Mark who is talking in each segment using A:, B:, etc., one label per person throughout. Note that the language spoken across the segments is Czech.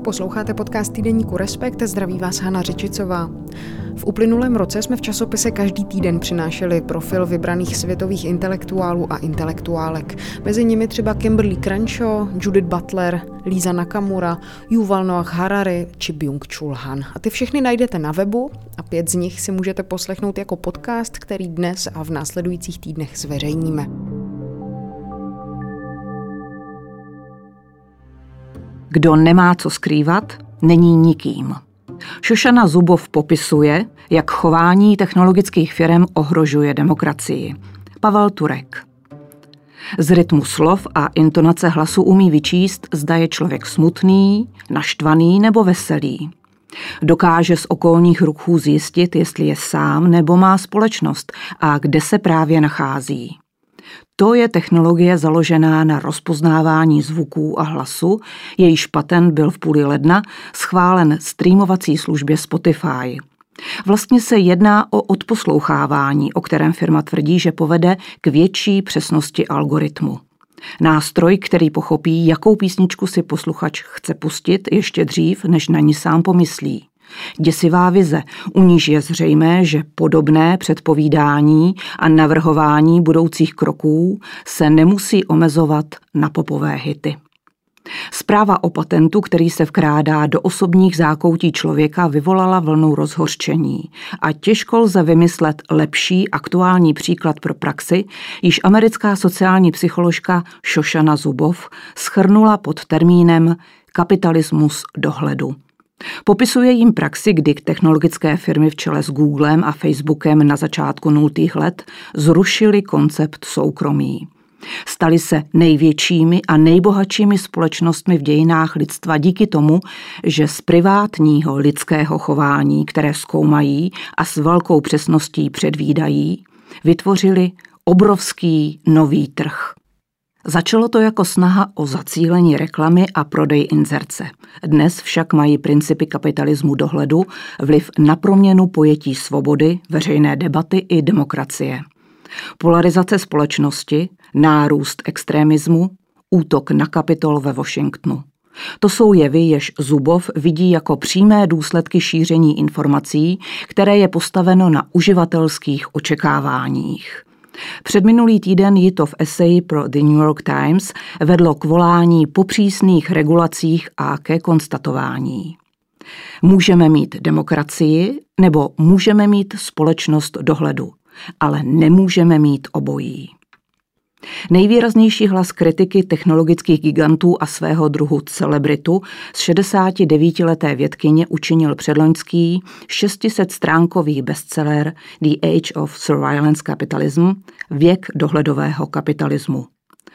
A: Posloucháte podcast týdeníku Respekt, zdraví vás Hana Řečicová. V uplynulém roce jsme v časopise každý týden přinášeli profil vybraných světových intelektuálů a intelektuálek. Mezi nimi třeba Kimberly Crenshaw, Judith Butler, Lisa Nakamura, Yuval Noah Harari či Byung-Chul Han. A ty všechny najdete na webu a 5 z nich si můžete poslechnout jako podcast, který dnes a v následujících týdnech zveřejníme.
B: Kdo nemá co skrývat, není nikým. Shoshana Zuboff popisuje, jak chování technologických firem ohrožuje demokracii. Pavel Turek. Z rytmu slov a intonace hlasu umí vyčíst, zda je člověk smutný, naštvaný nebo veselý. Dokáže z okolních ruchů zjistit, jestli je sám nebo má společnost a kde se právě nachází. To je technologie založená na rozpoznávání zvuků a hlasu, jejíž patent byl v půli ledna schválen streamovací službě Spotify. Vlastně se jedná o odposlouchávání, o kterém firma tvrdí, že povede k větší přesnosti algoritmu. Nástroj, který pochopí, jakou písničku si posluchač chce pustit ještě dřív, než na ní sám pomyslí. Děsivá vize, u níž je zřejmé, že podobné předpovídání a navrhování budoucích kroků se nemusí omezovat na popové hity. Zpráva o patentu, který se vkrádá do osobních zákoutí člověka, vyvolala vlnu rozhořčení a těžko lze vymyslet lepší aktuální příklad pro praxi, již americká sociální psycholožka Shoshana Zuboff shrnula pod termínem kapitalismus dohledu. Popisuje jim praxi, kdy technologické firmy v čele s Googlem a Facebookem na začátku 0. let zrušily koncept soukromí. Staly se největšími a nejbohatšími společnostmi v dějinách lidstva díky tomu, že z privátního lidského chování, které zkoumají a s velkou přesností předvídají, vytvořili obrovský nový trh. Začalo to jako snaha o zacílení reklamy a prodej inzerce. Dnes však mají principy kapitalismu dohledu vliv na proměnu pojetí svobody, veřejné debaty i demokracie. Polarizace společnosti, nárůst extremismu, útok na Kapitol ve Washingtonu. To jsou jevy, jež Zuboff vidí jako přímé důsledky šíření informací, které je postaveno na uživatelských očekáváních. Předminulý týden ji to v eseji pro The New York Times vedlo k volání po přísných regulacích a ke konstatování. Můžeme mít demokracii nebo můžeme mít společnost dohledu, ale nemůžeme mít obojí. Nejvýraznější hlas kritiky technologických gigantů a svého druhu celebritu z 69leté vědkyně učinil předloňský 600stránkový bestseller The Age of Surveillance Capitalism, věk dohledového kapitalismu.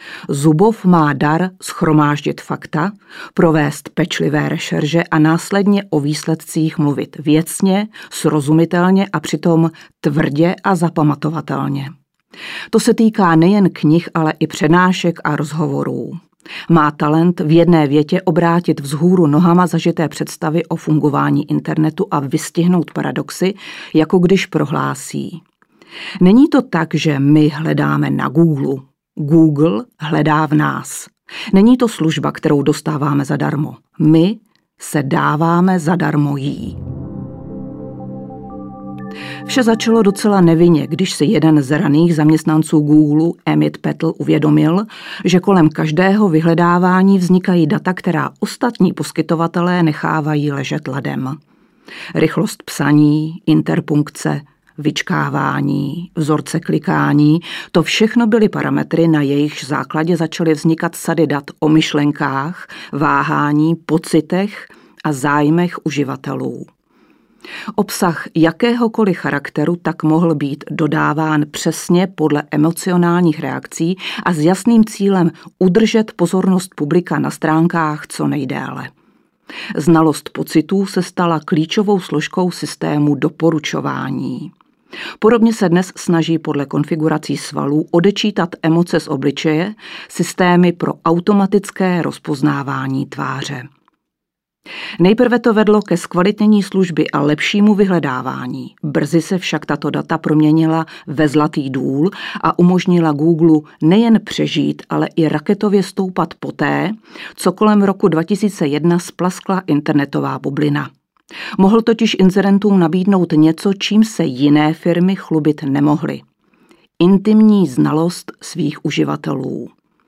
B: Zuboff má dar shromáždit fakta, provést pečlivé rešerže a následně o výsledcích mluvit věcně, srozumitelně a přitom tvrdě a zapamatovatelně. To se týká nejen knih, ale i přednášek a rozhovorů. Má talent v jedné větě obrátit vzhůru nohama zažité představy o fungování internetu a vystihnout paradoxy, jako když prohlásí. Není to tak, že my hledáme na Google. Google hledá v nás. Není to služba, kterou dostáváme zadarmo. My se dáváme zadarmo jí. Vše začalo docela nevinně, když si jeden z raných zaměstnanců Google, Amit Patel, uvědomil, že kolem každého vyhledávání vznikají data, která ostatní poskytovatelé nechávají ležet ladem. Rychlost psaní, interpunkce, vyčkávání, vzorce klikání, to všechno byly parametry, na jejichž základě začaly vznikat sady dat o myšlenkách, váhání, pocitech a zájmech uživatelů. Obsah jakéhokoliv charakteru tak mohl být dodáván přesně podle emocionálních reakcí a s jasným cílem udržet pozornost publika na stránkách co nejdéle. Znalost pocitů se stala klíčovou složkou systému doporučování. Podobně se dnes snaží podle konfigurací svalů odečítat emoce z obličeje systémy pro automatické rozpoznávání tváře. Nejprve to vedlo ke zkvalitnění služby a lepšímu vyhledávání. Brzy se však tato data proměnila ve zlatý důl a umožnila Google nejen přežít, ale i raketově stoupat poté, co kolem roku 2001 splaskla internetová bublina. Mohl totiž inzerentům nabídnout něco, čím se jiné firmy chlubit nemohly. Intimní znalost svých uživatelů.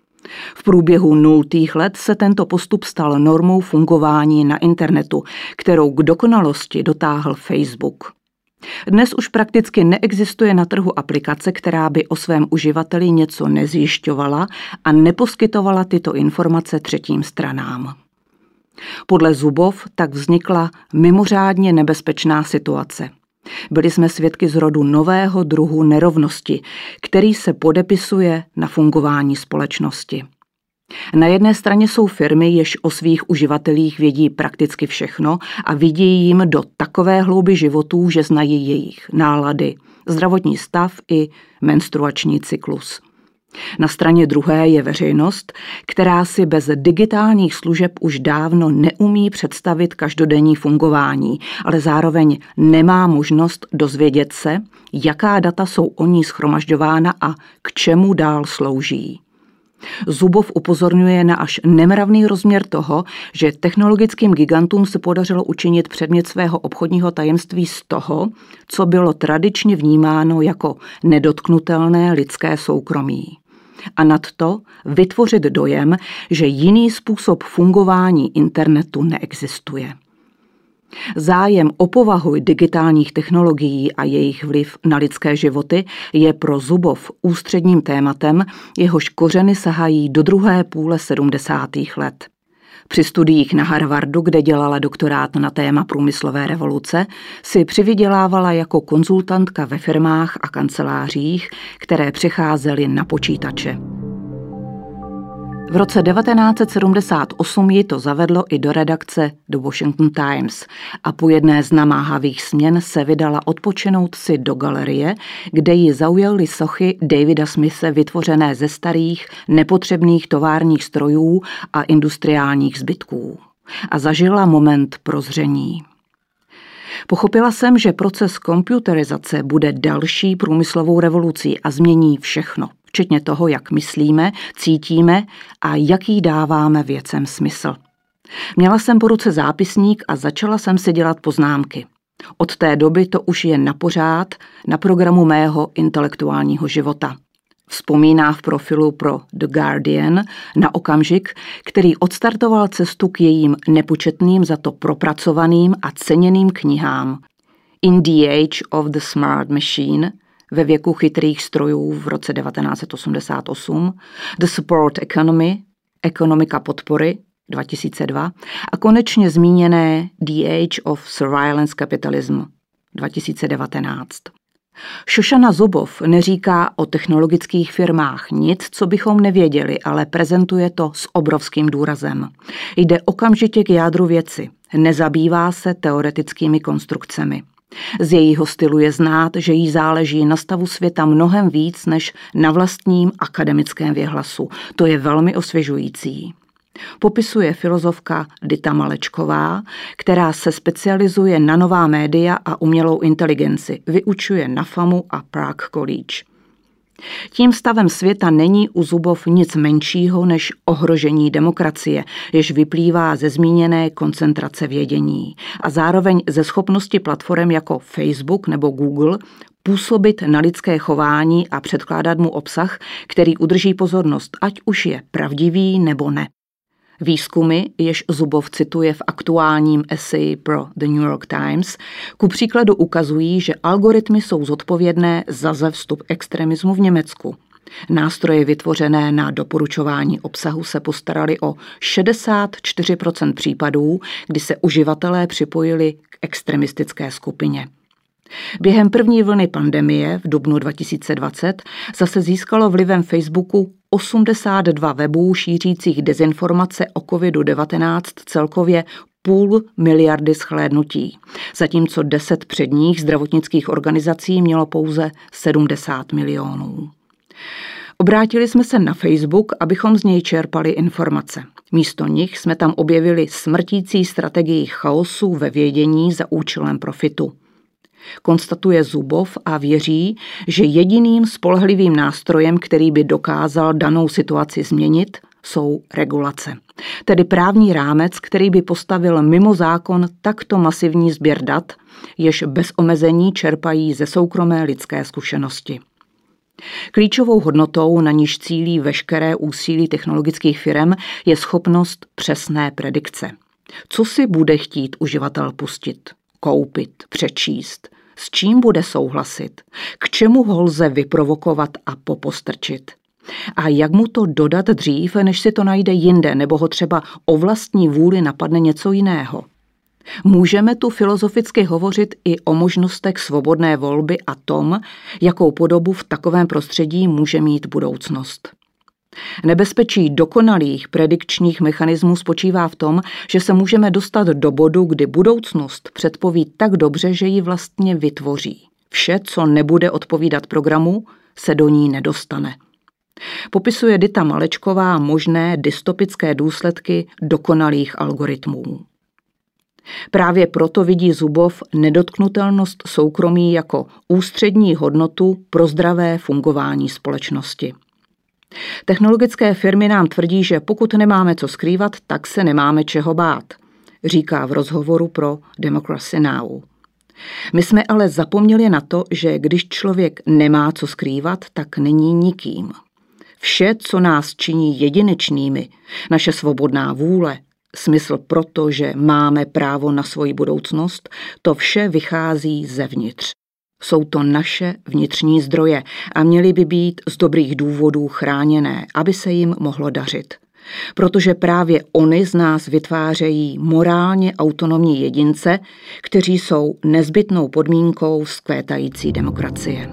B: V průběhu 0. let se tento postup stal normou fungování na internetu, kterou k dokonalosti dotáhl Facebook. Dnes už prakticky neexistuje na trhu aplikace, která by o svém uživateli něco nezjišťovala a neposkytovala tyto informace třetím stranám. Podle Zuboff tak vznikla mimořádně nebezpečná situace. Byli jsme svědky zrodu nového druhu nerovnosti, který se podepisuje na fungování společnosti. Na jedné straně jsou firmy, jež o svých uživatelích vědí prakticky všechno a vidí jim do takové hlouby životů, že znají jejich nálady, zdravotní stav i menstruační cyklus. Na straně druhé je veřejnost, která si bez digitálních služeb už dávno neumí představit každodenní fungování, ale zároveň nemá možnost dozvědět se, jaká data jsou o ní shromažďována a k čemu dál slouží. Zuboff upozorňuje na až nemravný rozměr toho, že technologickým gigantům se podařilo učinit předmět svého obchodního tajemství z toho, co bylo tradičně vnímáno jako nedotknutelné lidské soukromí. A nadto vytvořit dojem, že jiný způsob fungování internetu neexistuje. Zájem o povahu digitálních technologií a jejich vliv na lidské životy je pro Zuboff ústředním tématem, jehož kořeny sahají do druhé půle 70. let. Při studiích na Harvardu, kde dělala doktorát na téma průmyslové revoluce, si přivydělávala jako konzultantka ve firmách a kancelářích, které přecházely na počítače. V roce 1978 ji to zavedlo i do redakce The Washington Times a po jedné z namáhavých směn se vydala odpočinout si do galerie, kde ji zaujaly sochy Davida Smithe vytvořené ze starých, nepotřebných továrních strojů a industriálních zbytků. A zažila moment prozření. Pochopila jsem, že proces komputerizace bude další průmyslovou revolucí a změní všechno, včetně toho, jak myslíme, cítíme a jaký dáváme věcem smysl. Měla jsem po ruce zápisník a začala jsem si dělat poznámky. Od té doby to už je napořád na programu mého intelektuálního života. Vzpomíná v profilu pro The Guardian na okamžik, který odstartoval cestu k jejím nepočetným za to propracovaným a ceněným knihám. In the Age of the Smart Machine, ve věku chytrých strojů v roce 1988, The Support Economy, ekonomika podpory 2002 a konečně zmíněné The Age of Surveillance Capitalism 2019. Shoshana Zuboff neříká o technologických firmách nic, co bychom nevěděli, ale prezentuje to s obrovským důrazem. Jde okamžitě k jádru věci, nezabývá se teoretickými konstrukcemi. Z jejího stylu je znát, že jí záleží na stavu světa mnohem víc než na vlastním akademickém věhlasu. To je velmi osvěžující. Popisuje filozofka Dita Malečková, která se specializuje na nová média a umělou inteligenci. Vyučuje na FAMu a Prague College. Tím stavem světa není u Zuboff nic menšího než ohrožení demokracie, jež vyplývá ze zmíněné koncentrace vědění a zároveň ze schopnosti platform jako Facebook nebo Google působit na lidské chování a předkládat mu obsah, který udrží pozornost, ať už je pravdivý nebo ne. Výzkumy, jež Zuboff cituje v aktuálním eseji pro The New York Times, ku příkladu ukazují, že algoritmy jsou zodpovědné za vzestup extremismu v Německu. Nástroje vytvořené na doporučování obsahu se postarali o 64% případů, kdy se uživatelé připojili k extremistické skupině. Během první vlny pandemie v dubnu 2020 zase získalo vlivem Facebooku 82 webů šířících dezinformace o COVID-19 celkově 0,5 miliardy shlédnutí, zatímco 10 předních zdravotnických organizací mělo pouze 70 milionů. Obrátili jsme se na Facebook, abychom z něj čerpali informace. Místo nich jsme tam objevili smrtící strategii chaosu ve vědění za účelem profitu. Konstatuje Zubov a věří, že jediným spolehlivým nástrojem, který by dokázal danou situaci změnit, jsou regulace. Tedy právní rámec, který by postavil mimo zákon takto masivní sběr dat, jež bez omezení čerpají ze soukromé lidské zkušenosti. Klíčovou hodnotou, na níž cílí veškeré úsilí technologických firem, je schopnost přesné predikce. Co si bude chtít uživatel pustit, koupit, přečíst, s čím bude souhlasit, k čemu ho lze vyprovokovat a popostrčit. A jak mu to dodat dřív, než si to najde jinde, nebo ho třeba o vlastní vůli napadne něco jiného. Můžeme tu filozoficky hovořit i o možnostech svobodné volby a tom, jakou podobu v takovém prostředí může mít budoucnost. Nebezpečí dokonalých predikčních mechanismů spočívá v tom, že se můžeme dostat do bodu, kdy budoucnost předpoví tak dobře, že ji vlastně vytvoří. Vše, co nebude odpovídat programu, se do ní nedostane. Popisuje Dita Malečková možné dystopické důsledky dokonalých algoritmů. Právě proto vidí Zubov nedotknutelnost soukromí jako ústřední hodnotu pro zdravé fungování společnosti. Technologické firmy nám tvrdí, že pokud nemáme co skrývat, tak se nemáme čeho bát, říká v rozhovoru pro Democracy Now! My jsme ale zapomněli na to, že když člověk nemá co skrývat, tak není nikým. Vše, co nás činí jedinečnými, naše svobodná vůle, smysl proto, že máme právo na svoji budoucnost, to vše vychází zevnitř. Jsou to naše vnitřní zdroje a měly by být z dobrých důvodů chráněné, aby se jim mohlo dařit. Protože právě oni z nás vytvářejí morálně autonomní jedince, kteří jsou nezbytnou podmínkou vzkvétající demokracie.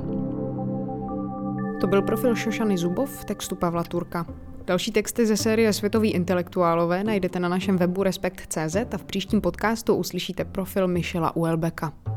A: To byl profil Šošany Zubov v textu Pavla Turka. Další texty ze série Světoví intelektuálové najdete na našem webu respekt.cz a v příštím podcastu uslyšíte profil Michela Houellebecqa.